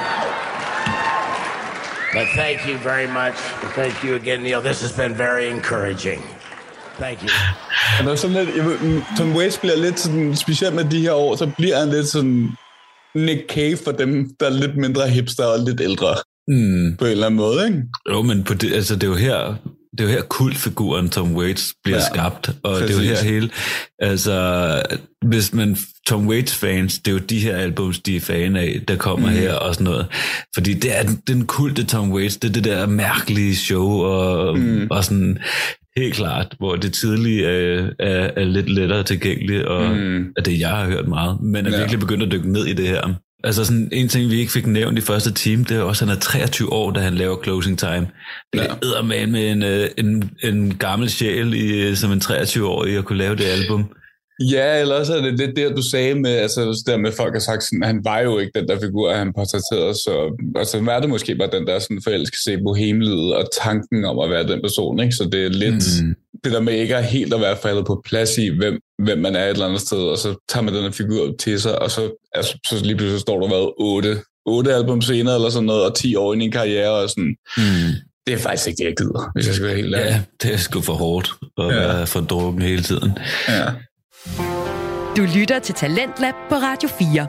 G: but thank you very much. Thank you again, Neil. This has been very encouraging. Thank you.
D: Og der er sådan lidt, ved, Tom Waits bliver lidt sådan, specielt med de her år, så bliver han lidt sådan Nick Cave for dem, der er lidt mindre hipster og lidt ældre. Mm. På en eller anden måde, ikke?
E: Jo, men på det, altså, det er jo her... Det er jo her kultfiguren Tom Waits bliver ja, skabt, og præcis. Det er jo her hele, altså, hvis man, Tom Waits fans, det er jo de her albums, de er fan af, der kommer mm. her og sådan noget, fordi det er den, den kulte Tom Waits, det er det der mærkelige show, og, mm. og sådan, helt klart, hvor det tidlige er, er, er lidt lettere tilgængeligt, og mm. er det, jeg har hørt meget, men er ja. virkelig begyndt at dykke ned i det her. Altså sådan en ting, vi ikke fik nævnt i første time, det er også, at han er treogtyve år, da han laver Closing Time. Det er eddermand med en, en, en gammel sjæl i, som en treogtyve-årig at kunne lave det album.
D: Ja, eller også er det lidt det, du sagde med, altså der med folk har sagt sådan, han var jo ikke den der figur, han portrætterede, så altså, var det måske bare den der sådan forelskede sig bohemelivet og tanken om at være den person, ikke? Så det er lidt mm. det der med ikke at helt at være faldet på plads i, hvem, hvem man er et eller andet sted, og så tager man den her figur til sig, og så, altså, så lige pludselig står der været otte, otte album senere eller sådan noget, og ti år ind i en karriere, og sådan... Mm. Det er faktisk ikke det, jeg gider, hvis jeg skal være helt ærlig.
E: Ja, det er sgu for hårdt at ja. være for drukken hele tiden.
D: Ja.
B: Du lytter til Talentlab på Radio fire.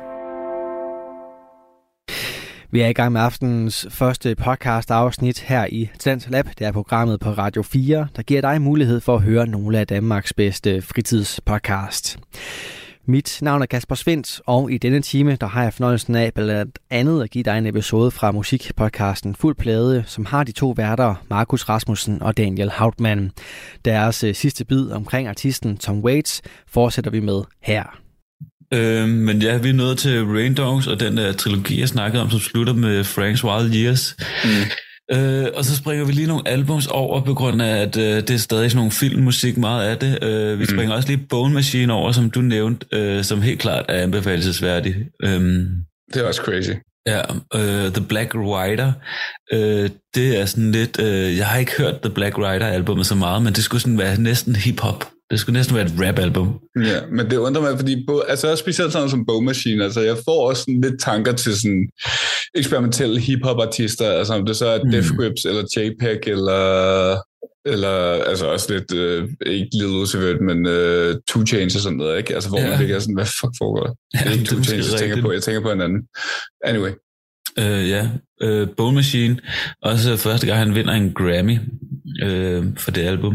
C: Vi er i gang med aftenens første podcast-afsnit her i Talentlab. Det er programmet på Radio fire, der giver dig mulighed for at høre nogle af Danmarks bedste fritidspodcast. Mit navn er Kasper Svindt, og i denne time der har jeg fornøjelsen af blandt andet at give dig en episode fra musikpodcasten Fuld Plade, som har de to værter, Markus Rasmussen og Daniel Hauptmann. Deres øh, sidste bid omkring artisten Tom Waits fortsætter vi med her.
E: Øh, men ja, vi er nået til Rain Dogs og den der trilogi, jeg snakkede om, som slutter med Frank's Wild Years. Mm. Øh, og så springer vi lige nogle albums over, på grund af, at øh, det er stadig sådan nogle filmmusik, meget af det. Øh, vi springer mm. også lige Bone Machine over, som du nævnte, øh, som helt klart er anbefalesværdig. Øhm,
D: det er også crazy.
E: Ja, uh, The Black Rider, uh, det er sådan lidt, uh, jeg har ikke hørt The Black Rider-albummet så meget, men det skulle sådan være næsten hip-hop. Det skulle næsten være et rap-album.
D: Ja, men det undrer mig, fordi altså også specielt sådan som Bone Machine, altså jeg får også sådan lidt tanker til sådan eksperimentelle hip-hop-artister, altså om det så er mm. Death Grips, eller JPEG, eller, eller altså også lidt, øh, ikke Lil Uzi Vert, men øh, two Chainz og sådan noget, ikke? Altså hvor ja. man ligger sådan, hvad fuck foregår der? Ja, det er ikke two Chainz, jeg tænker på, jeg tænker på en anden. Anyway.
E: Uh, ja, uh, Bone Machine, også første gang han vinder en Grammy uh, for det album.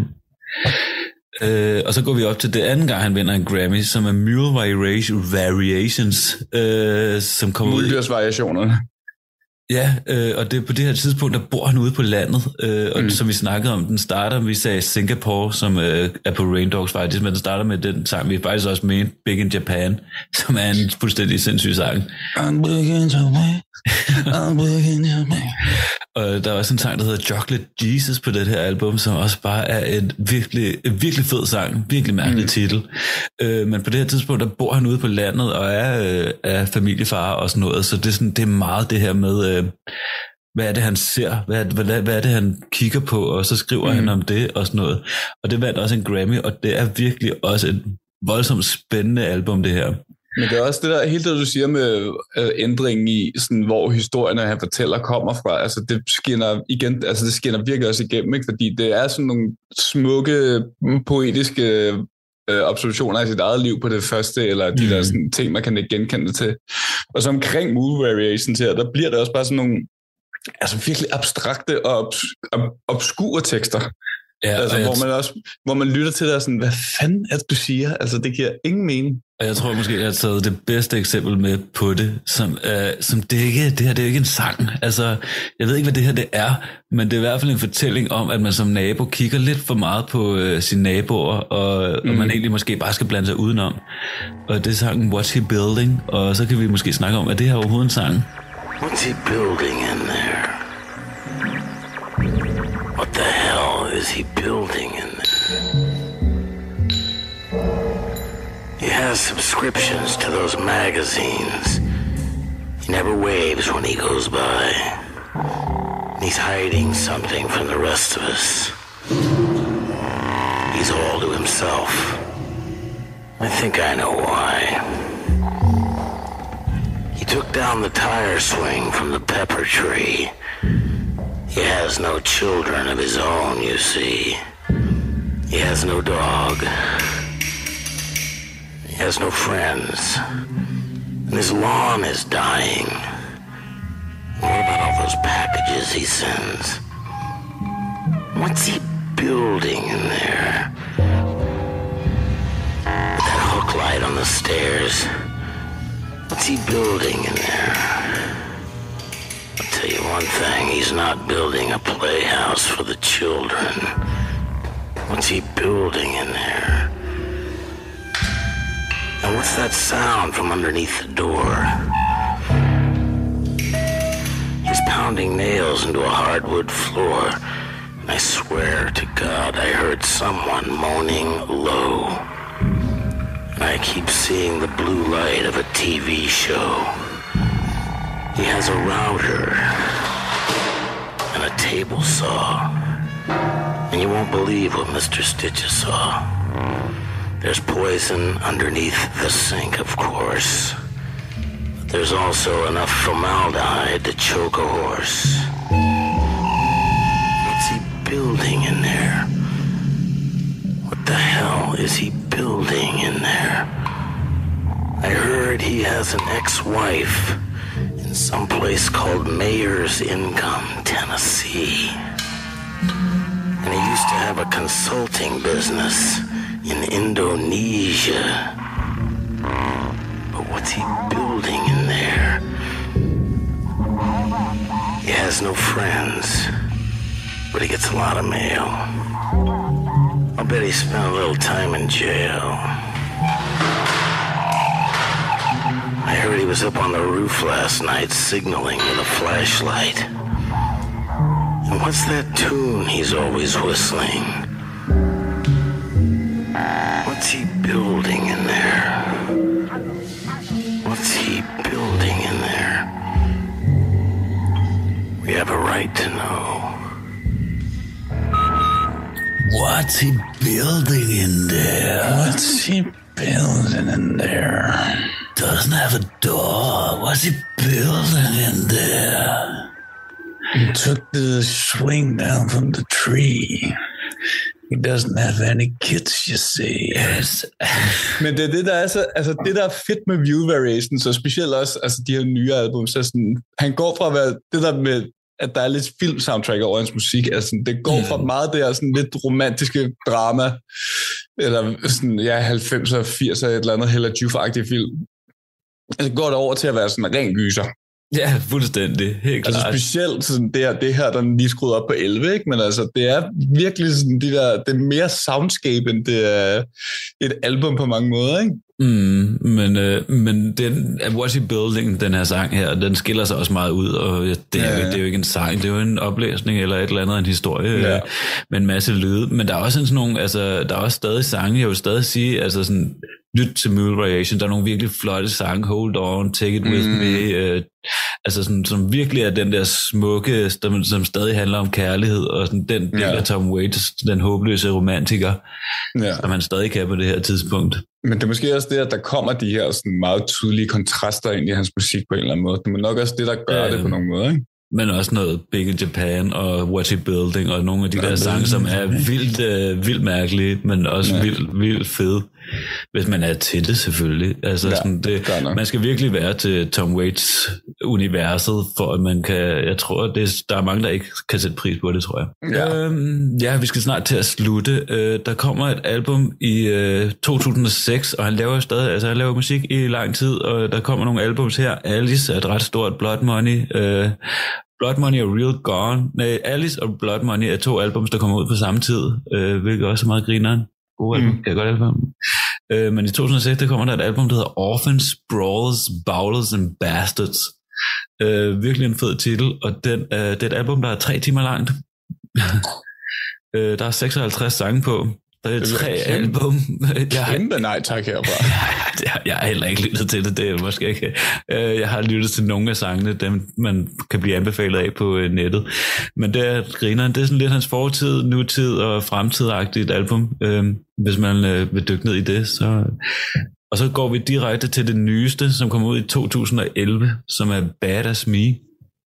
E: Uh, og så går vi op til det anden gang han vinder en Grammy, som er Mule Variations, uh, som kommer ud.
D: Muldyrsvariationerne.
E: Ja, øh, og det på det her tidspunkt, der bor han ude på landet, øh, og mm. som vi snakkede om, den starter, vi sagde Singapore, som øh, er på Rain Dogs faktisk, men den starter med den sang, vi faktisk også med Big in Japan, som er en fuldstændig sindssyg sang. I'm big in Japan, I'm big in Japan. Og der er også en sang, der hedder Chocolate Jesus på det her album, som også bare er en virkelig, en virkelig fed sang, virkelig mærkelig mm. titel. Øh, men på det her tidspunkt, der bor han ude på landet, og er, øh, er familiefar og sådan noget, så det er, sådan, det er meget det her med, øh, hvad er det, han ser, hvad er, hvad, hvad er det, han kigger på, og så skriver mm. han om det og sådan noget. Og det vandt også en Grammy, og det er virkelig også et voldsomt spændende album, det her.
D: Men det er også det der, hele det, du siger med øh, ændringen i, sådan, hvor historierne, han fortæller, kommer fra. Altså, det skinner igen, altså, det skinner virkelig også igennem, ikke? Fordi det er sådan nogle smukke, poetiske øh, observationer af sit eget liv på det første, eller de mm. der sådan, ting, man kan ikke genkende til. Og så omkring Move Variations her, der bliver det også bare sådan nogle altså, virkelig abstrakte og obs- ob- obskure tekster. Ja, altså, hvor, man også, hvor man lytter til det og sådan, hvad fanden er det, du siger? Altså, det giver ingen mening.
E: Og jeg tror måske, jeg har taget det bedste eksempel med på det, som, øh, som det ikke, det her det er ikke en sang. Altså, jeg ved ikke, hvad det her det er, men det er i hvert fald en fortælling om, at man som nabo kigger lidt for meget på øh, sine naboer, og, mm. og man egentlig måske bare skal blande sig udenom. Og det er sangen What's He Building, og så kan vi måske snakke om, at det her overhovedet en sang.
G: What's he building in there? What the hell is he building in there? He has subscriptions to those magazines. He never waves when he goes by. He's hiding something from the rest of us. He's all to himself. I think I know why. He took down the tire swing from the pepper tree. He has no children of his own, you see. He has no dog. He has no friends. And his lawn is dying. What about all those packages he sends? What's he building in there? With that hook light on the stairs. What's he building in there? I'll tell you one thing, he's not building a playhouse for the children. What's he building in there? And what's that sound from underneath the door? He's pounding nails into a hardwood floor, and I swear to God I heard someone moaning low. And I keep seeing the blue light of a T V show. He has a router and a table saw. And you won't believe what Mister Stitches saw. There's poison underneath the sink, of course. But there's also enough formaldehyde to choke a horse. What's he building in there? What the hell is he building in there? I heard he has an ex-wife in some place called Mayor's Income, Tennessee. And he used to have a consulting business in Indonesia. But what's he building in there? He has no friends, but he gets a lot of mail. I'll bet he spent a little time in jail. I heard he was up on the roof last night signaling with a flashlight. And What's that tune he's always whistling? What's he building in there? What's he building in there? We have a right to know.
E: What's he building in there?
D: What's he building in there?
E: Doesn't have a door. What's he building in there?
D: He took the swing down from the tree. He doesn't have any kids, you see.
E: Yes.
D: Men det er det, der er, så, altså, det, der er fedt med View Variation, så specielt også altså, de her nye album, så sådan, han går fra at være det der med, at der er lidt film-soundtrack over hans musik. Altså, det går fra meget det her sådan lidt romantiske drama, eller sådan, ja, halvfemser og firser, et eller andet Hella Juf-agtigt film. Altså, går det over til at være sådan en ren gyser.
E: Ja, fuldstændig. Helt klart.
D: Altså specielt sådan det, her, det her, der er lige skruet op på elleve, ikke? Men altså, det er virkelig sådan de der, det er mere soundscape, end det er et album på mange måder, ikke?
E: Mm, men øh, men den What's He Building, den her sang her, den skiller sig også meget ud, og det er, ja, ja. det er jo ikke en sang, det er jo en oplæsning eller et eller andet, en historie, ja. øh, med en masse lyde. Men der er også sådan nogle, altså, der er også stadig sange, jeg vil stadig sige, altså sådan, lyt til Mule Variation, der er nogle virkelig flotte sange, Hold On, Take It With mm. Me, øh, altså sådan, som virkelig er den der smukke, som, som stadig handler om kærlighed, og sådan den del ja. af Tom Waits, den håbløse romantiker, ja. som han stadig kan på det her tidspunkt.
D: Men det er måske også det, at der kommer de her sådan meget tydelige kontraster ind i hans musik på en eller anden måde. Det er nok også det, der gør ja, det på nogle måder, ikke?
E: Men også noget Big in Japan og What's He Building og nogle af de ja, der sange, som er vildt, øh, vildt mærkelige, men også ja. vildt, vildt fede, hvis man er til det selvfølgelig. Altså, ja, sådan det, man skal virkelig være til Tom Waits universet, for at man kan, jeg tror, det, der er mange, der ikke kan sætte pris på det, tror jeg. Ja, øhm, ja vi skal snart til at slutte. Øh, der kommer et album i øh, to tusind og seks, og han laver stadig, altså han laver musik i lang tid, og der kommer nogle albums her. Alice er et ret stort, Blood Money, øh, Blood Money og Real Gone. Nej, Alice og Blood Money er to albums, der kommer ud på samme tid, øh, hvilket også er meget grineren. Gode album, mm. kan jeg godt album. Øh, men i to tusind og seks, der kommer der et album, der hedder Orphans, Brawlers, Bowlers and Bastards. Øh, virkelig en fed titel, og den, øh, det er et album, der er tre timer langt. øh, der er seksoghalvtreds sange på. Der er tre album. Jeg
D: kæmpe nej tak herfra.
E: jeg, jeg har heller ikke lyttet til det, det er måske ikke. Jeg har lyttet til nogle af sangene, dem man kan blive anbefalet af på nettet. Men det er grineren, det er sådan lidt hans fortid, nutid og fremtidagtigt album, hvis man vil dykke ned i det. Så. Og så går vi direkte til det nyeste, som kom ud i to tusind og elleve, som er Bad As Me.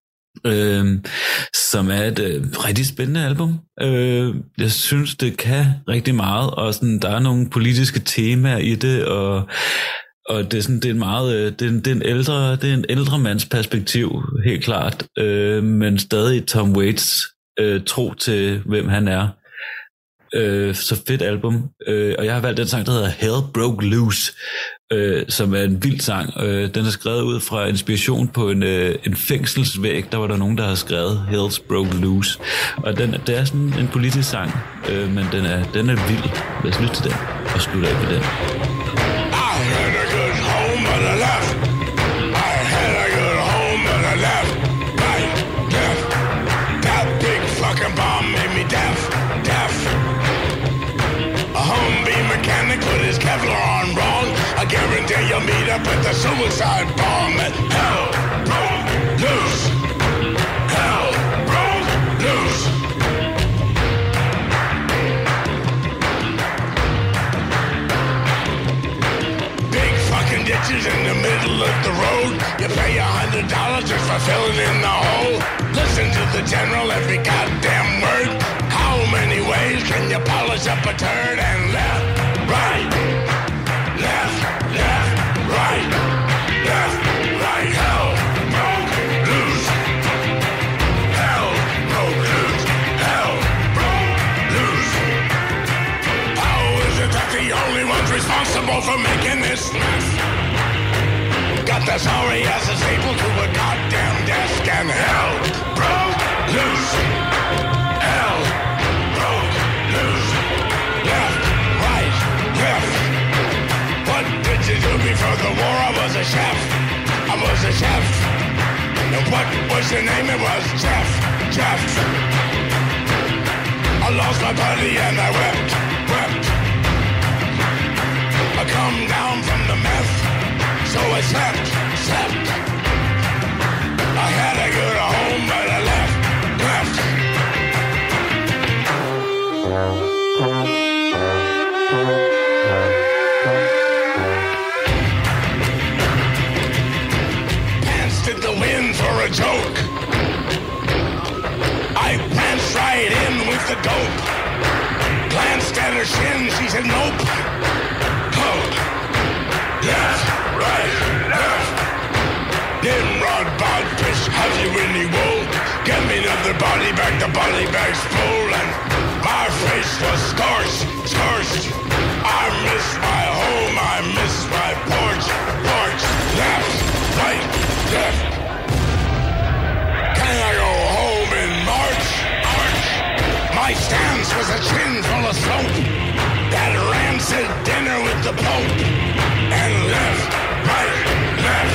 E: Øh, som er et øh, rigtig spændende album. Øh, jeg synes, det kan rigtig meget, og sådan, der er nogle politiske temaer i det, og, og det er sådan, det er en meget, øh, det er en, det er en ældre, det er en ældre mands perspektiv, helt klart, øh, men stadig Tom Waits øh, tro til, hvem han er. Øh, så fedt album. Øh, og jeg har valgt den sang, der hedder Hell Broke Loose, øh, som er en vild sang. Øh, den er skrevet ud fra inspiration på en, øh, en fængselsvæg. Der var der nogen, der har skrevet Hell Broke Loose. Og den, det er sådan en politisk sang, øh, men den er, den er vild. Lad os lytte til den og slutte af med den.
H: I had a good home, but I left. I had a good home, but I left. Right, left. That big fucking bomb made me deaf, deaf. A Humvee mechanic with his Kevlar on wrong. I guarantee you'll meet up at the suicide bomb. Hell broke loose. Hell broke loose. Big fucking ditches in the middle of the road. You pay a hundred dollars just for filling in the hole. Listen to the general every goddamn word. How many ways can you polish up a turd? And left, right, left, left, right, left, right. Hell broke loose. Hell broke loose. Hell broke loose. How is it that the only ones responsible for making this mess got the sorry asses able to a goddamn desk? And hell broke loose. Hell broke loose. Left, right, left. What did you do before the war? I was a chef. I was a chef. And what was your name? It was Jeff. Jeff. I lost my buddy and I wept, wept. I come down from the meth, so I slept, slept. I had to go to home, but I left, left. Pants did the wind for a joke. I pranced right in with the dope. Glanced at her shin, she said nope. Oh, left, right, left. Nimrod, bodfish, have you any wool? Get me another body bag, the body bag's full. And my face was scorched, scorched. I miss my home, I miss my porch, porch. Left, right, left. Can I go home in March, March? My stance was a chin full of soap. That rancid dinner with the Pope. And left, right, left.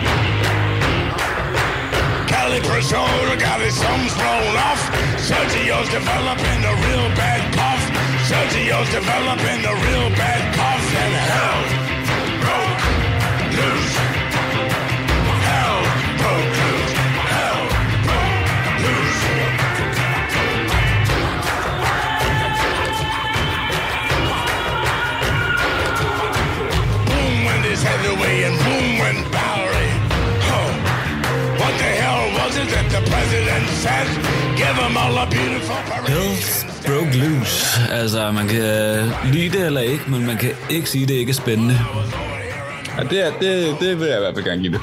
H: Caliprosoda got his thumbs blown off. Sergio's developing a real bad cough. Sergio's developing a real bad cough. And hell broke loose. Hell broke loose. Hell broke loose. Boom went his head away and boom went Bowery. Oh, what the hell was it that the president said? Give them all a beautiful parade.
E: Hills broke loose. Altså, man kan lide det eller ikke, men man kan ikke sige, at det ikke er spændende.
D: Ja, det, er, det, det vil jeg i hvert fald gerne give det.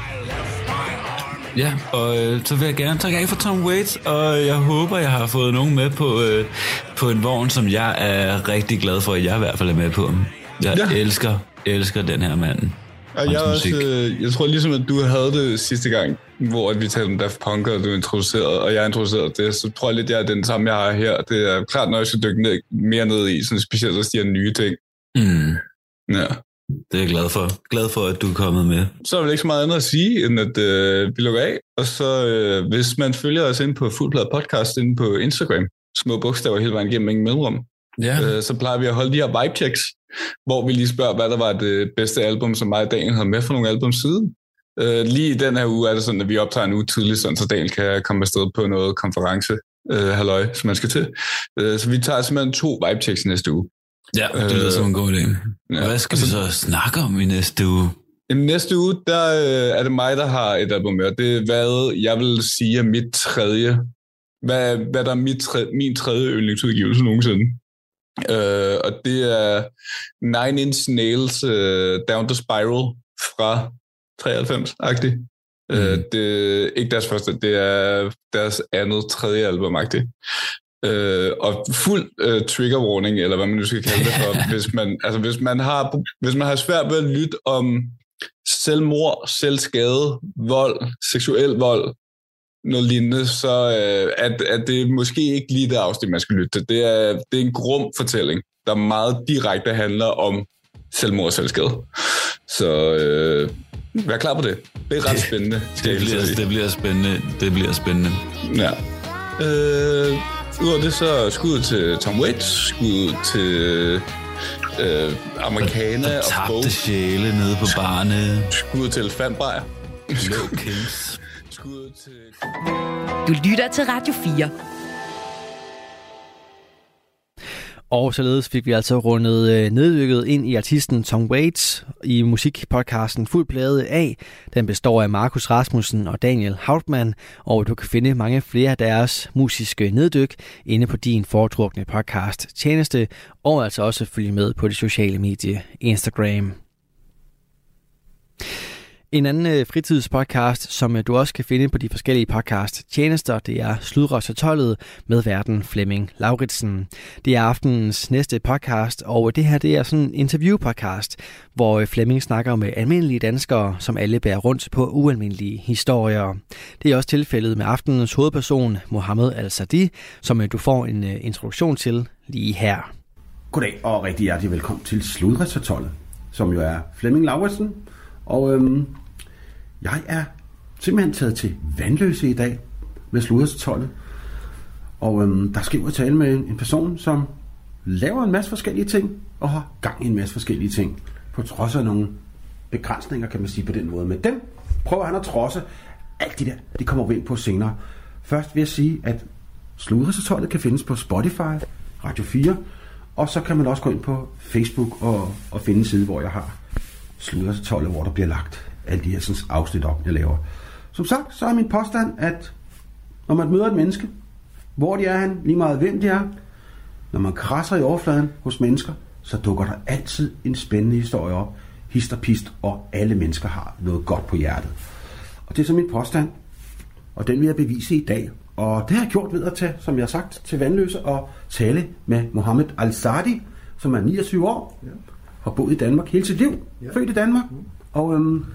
E: Ja, og øh, så vil jeg gerne takke af for Tom Waits, og jeg håber, jeg har fået nogen med på, øh, på en vogn, som jeg er rigtig glad for, at jeg i hvert fald er med på. Jeg ja. elsker, elsker den her mand.
D: Og jeg, også, øh, jeg tror ligesom, at du havde det sidste gang, hvor vi talte om Daft Punk, og du introducerede, og jeg introducerede det, så tror jeg lidt, jeg er den samme, jeg har her. Det er klart, når jeg skal dykke ned, mere ned i, sådan specielt at sige nye ting.
E: Mm.
D: Ja.
E: Det er jeg glad for. Glad for, at du er kommet med.
D: Så er der vel ikke så meget andet at sige, end at øh, vi lukker af. Og så øh, hvis man følger os ind på Fuldplade Podcast inde på Instagram, små bogstaver hele vejen igennem ingen mellemrum,
E: ja.
D: øh, så plejer vi at holde de her vibe checks, hvor vi lige spørger, hvad der var det bedste album, som mig og Daniel havde med for nogle album siden. Øh, lige i den her uge er det sådan, at vi optager en uge tidligt, sådan, så Daniel kan komme afsted på noget konference, øh, halløj, som man skal til. Øh, så vi tager simpelthen to vibe checks næste uge.
E: Ja, det lyder som en god idé. Ja. Hvad skal vi så snakke om i næste uge?
D: I næste uge, der øh, er det mig, der har et album med. Det er, hvad jeg vil sige er mit tredje, hvad, hvad der er mit tredje, min tredje yndlingsudgivelse nogensinde. Øh, og det er Nine Inch Nails uh, Down the Spiral fra treoghalvfems-agtigt. Mm. Øh, det er ikke deres første, det er deres andet, tredje album-agtigt. Øh, og fuld øh, trigger warning, eller hvad man nu skal kalde det for, hvis man, altså, hvis man har, hvis man har svært ved at lytte om selvmord, selvskade, vold, seksuel vold, noget lignende, så øh, at, at det måske ikke lige det afsnit, man skal lytte til. Det er, det er en grum fortælling, der meget direkte handler om selvmord og selvskade. Så øh, vær klar på det. Det er ret spændende.
E: Det, det, bliver, det bliver spændende. Det bliver spændende.
D: Ja. Øh, Udover det, så skud til Tom Waits, skud til øh, amerikaner og,
E: og tabte sjæle nede på barne.
D: Skud til elefantbrejer.
E: Low Kings.
D: Skud til...
B: Du lytter til Radio fire.
C: Og således fik vi altså rundet øh, neddykket ind i artisten Tom Waits i musikpodcasten Fuld Plade af. Den består af Markus Rasmussen og Daniel Hauptmann, og du kan finde mange flere af deres musiske neddyk inde på din foretrukne podcast tjeneste, og altså også følge med på det sociale medie Instagram. En anden øh, fritidspodcast, som øh, du også kan finde på de forskellige podcast-tjenester, det er Sludrøgstertollet med værten Flemming Lauritsen. Det er aftenens næste podcast, og det her det er sådan en interview-podcast, hvor øh, Flemming snakker med almindelige danskere, som alle bærer rundt på ualmindelige historier. Det er også tilfældet med aftenens hovedperson, Mohammed Al-Sadi, som øh, du får en øh, introduktion til lige her.
I: Goddag og rigtig hjertelig velkommen til Sludrøgstertollet, som jo er Flemming Lauritsen, og øhm, jeg er simpelthen taget til Vandløse i dag med Sludrøgstertollet. Og øhm, der skal jeg ud og tale med en, en person, som laver en masse forskellige ting, og har gang i en masse forskellige ting, på trods af nogle begrænsninger, kan man sige på den måde. Men dem prøver han at trodse. Alt det der, det kommer vi ind på senere. Først vil jeg sige, at Sludresultatet kan findes på Spotify, Radio fire, og så kan man også gå ind på Facebook og, og finde en side, hvor jeg har Sludresultatet, hvor der bliver lagt alle de her sådan, afsnit op, jeg laver. Som sagt, så er min påstand, at når man møder et menneske, hvor de er han, lige meget hvem de er, når man krasser i overfladen hos mennesker, så dukker der altid en spændende historie op, hist og pist, og alle mennesker har noget godt på hjertet. Og det er så min påstand, og den vil jeg bevise i dag. Og det har jeg gjort ved at tage, som jeg har sagt, til Vandløse og tale med Mohammed Al-Sadi, som er niogtyve år, ja. Har boet i Danmark hele sit liv, ja. Født i Danmark. Mm. Og øhm,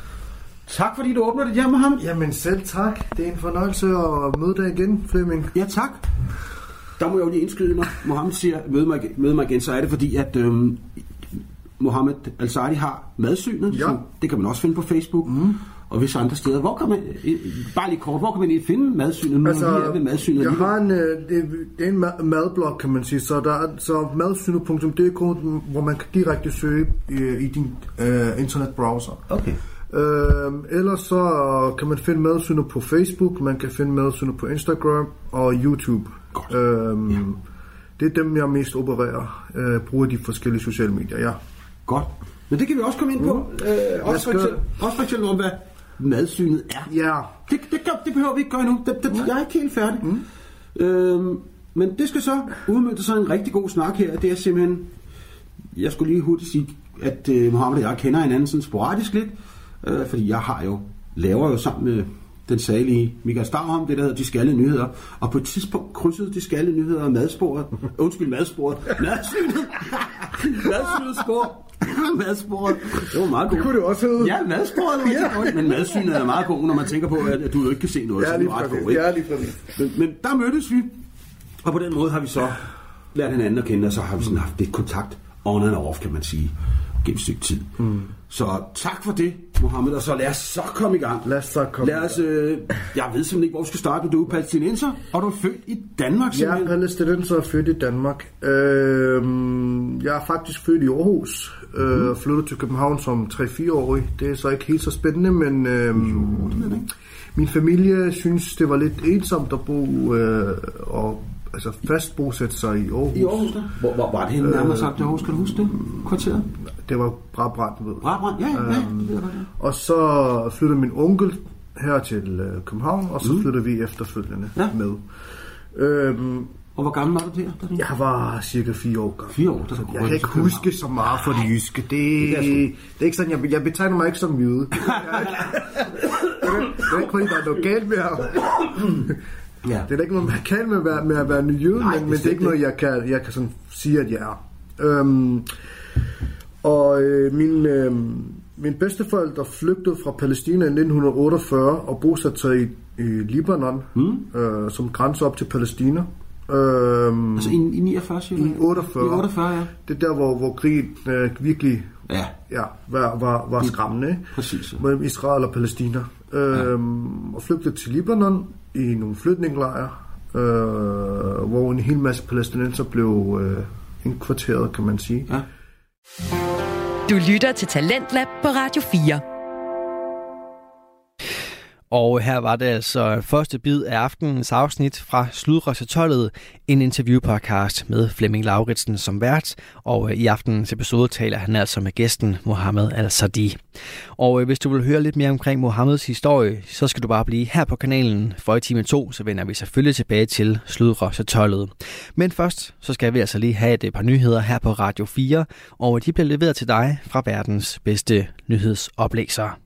I: tak fordi du åbner dit hjem, Mohammed.
J: Jamen selv tak. Det er en fornøjelse at møde dig igen, Flemming.
I: Ja, tak. Der må jeg jo lige indskyde mig. Mohammed siger, møde mig, møde mig igen, så er det fordi, at øhm, Mohammed Al-Sadi har madsynet. Ja. Det kan man også finde på Facebook. Mm. Og visse andre steder. Hvor kan man, bare lige kort, hvor kan man lige finde madsynet? Nu altså, er madsynet
J: jeg har en, det, det er en madblog, kan man sige. Så, der er, så madsynet punktum d k, hvor man kan direkte søge i, i din uh, internetbrowser. Okay. Uh, ellers så kan man finde madsynet på Facebook, man kan finde madsynet på Instagram og YouTube. Uh, ja. Det er dem, jeg mest opererer. Uh, bruger de forskellige sociale medier, ja.
I: Godt. Men det kan vi også komme ind på. Mm. Uh, også, skal... for eksempel, også for eksempel om, hvad madsynet er.
J: Ja.
I: Det, det, det behøver vi ikke gøre endnu. Det, det, mm. Jeg er ikke helt færdig. Mm. Øhm, men det skal så udmønte sig en rigtig god snak her. Det er simpelthen... Jeg skulle lige hurtigt sige, at uh, Mohammed og jeg kender hinanden sådan sporadisk lidt. Uh, fordi jeg har jo... Laver jo sammen med den salige Michael Starholm, det der hedder De Skaldede Nyheder. Og på et tidspunkt krydsede De Skaldede Nyheder og madsporet. Undskyld, madsporet. Madsynet. Madsynet spor. Madsporet. Det var meget godt.
J: Det kunne det også hedde.
I: Ja, madsporet var ja. Godt. Men madsynet er meget god, når man tænker på, at du jo ikke kan se noget.
J: Ja, lige fra det. Ja, lige fra det.
I: Men, men der mødtes vi, og på den måde har vi så lært hinanden at kende, og så har vi sådan haft lidt kontakt on and off, kan man sige, gennem et stykke tid. Mm. Så tak for det, Mohammed, og så lad os så komme i gang.
J: Lad os så komme
I: lad os, øh, Jeg ved simpelthen ikke, hvor vi skal starte, men du er palæstinenser, og du er født i Danmark, simpelthen.
J: Jeg er palæstinenser og født i Danmark. Øh, jeg er faktisk født i Aarhus, øh, og flyttede til København som tre-fire-årig. Det er så ikke helt så spændende, men øh, min familie synes, det var lidt ensomt at bo øh, og altså fast bosætte sig i Aarhus.
I: I Aarhus, der? Hvor, hvor var det henne nærmere sagt i Aarhus? Kan du huske det? Kvarteret?
J: Det var Brabrand, ved du.
I: Brabrand, ja, ja. ja.
J: Um, og så flyttede min onkel her til uh, København, og så mm. flyttede vi efterfølgende ja. med. Um,
I: og hvor gammel var du der? der
J: jeg var cirka fire år gammel.
I: Fire år? Der
J: jeg kan ikke huske så meget for det jyske. Det, det, er, det er ikke sådan, jeg, jeg betegner mig ikke som jyde. Det er ikke, fordi der er noget galt med ham. Ja. Det er ikke noget, man kan med at være, med at være ny jøde, men, men det er ikke noget, jeg kan, jeg kan sådan sige, at jeg er. Um, og øh, min, øh, min bedsteforældre flygtede fra Palæstina i nitten otteogfyrre og bosatte sig i, i Libanon, mm. øh, som grænser op til Palæstina. Um,
I: altså i, i niogfyrre,
J: I otteogfyrre.
I: I otteogfyrre, ja.
J: Det er der, hvor, hvor krigen øh, virkelig
I: ja.
J: Ja, var, var, var skræmmende, ikke?
I: Præcis. Ja.
J: Mellem Israel og Palæstina. Ja. Um, og flygtede til Libanon i nogle flytningelejre, øh, hvor en hel masse palæstinenser blev øh, inkvarteret, kan man sige. Ja.
B: Du lytter til Talentlab på Radio fire.
C: Og her var det altså første bid af aftenens afsnit fra Sludresultatet, en interviewpodcast med Flemming Lauritsen som vært. Og i aftenens episode taler han altså med gæsten Mohammed Al-Sadi. Og hvis du vil høre lidt mere omkring Mohammeds historie, så skal du bare blive her på kanalen. For i time to, så vender vi selvfølgelig tilbage til Sludresultatet. Men først, så skal vi altså lige have et par nyheder her på Radio fire, og de bliver leveret til dig fra verdens bedste nyhedsoplæser.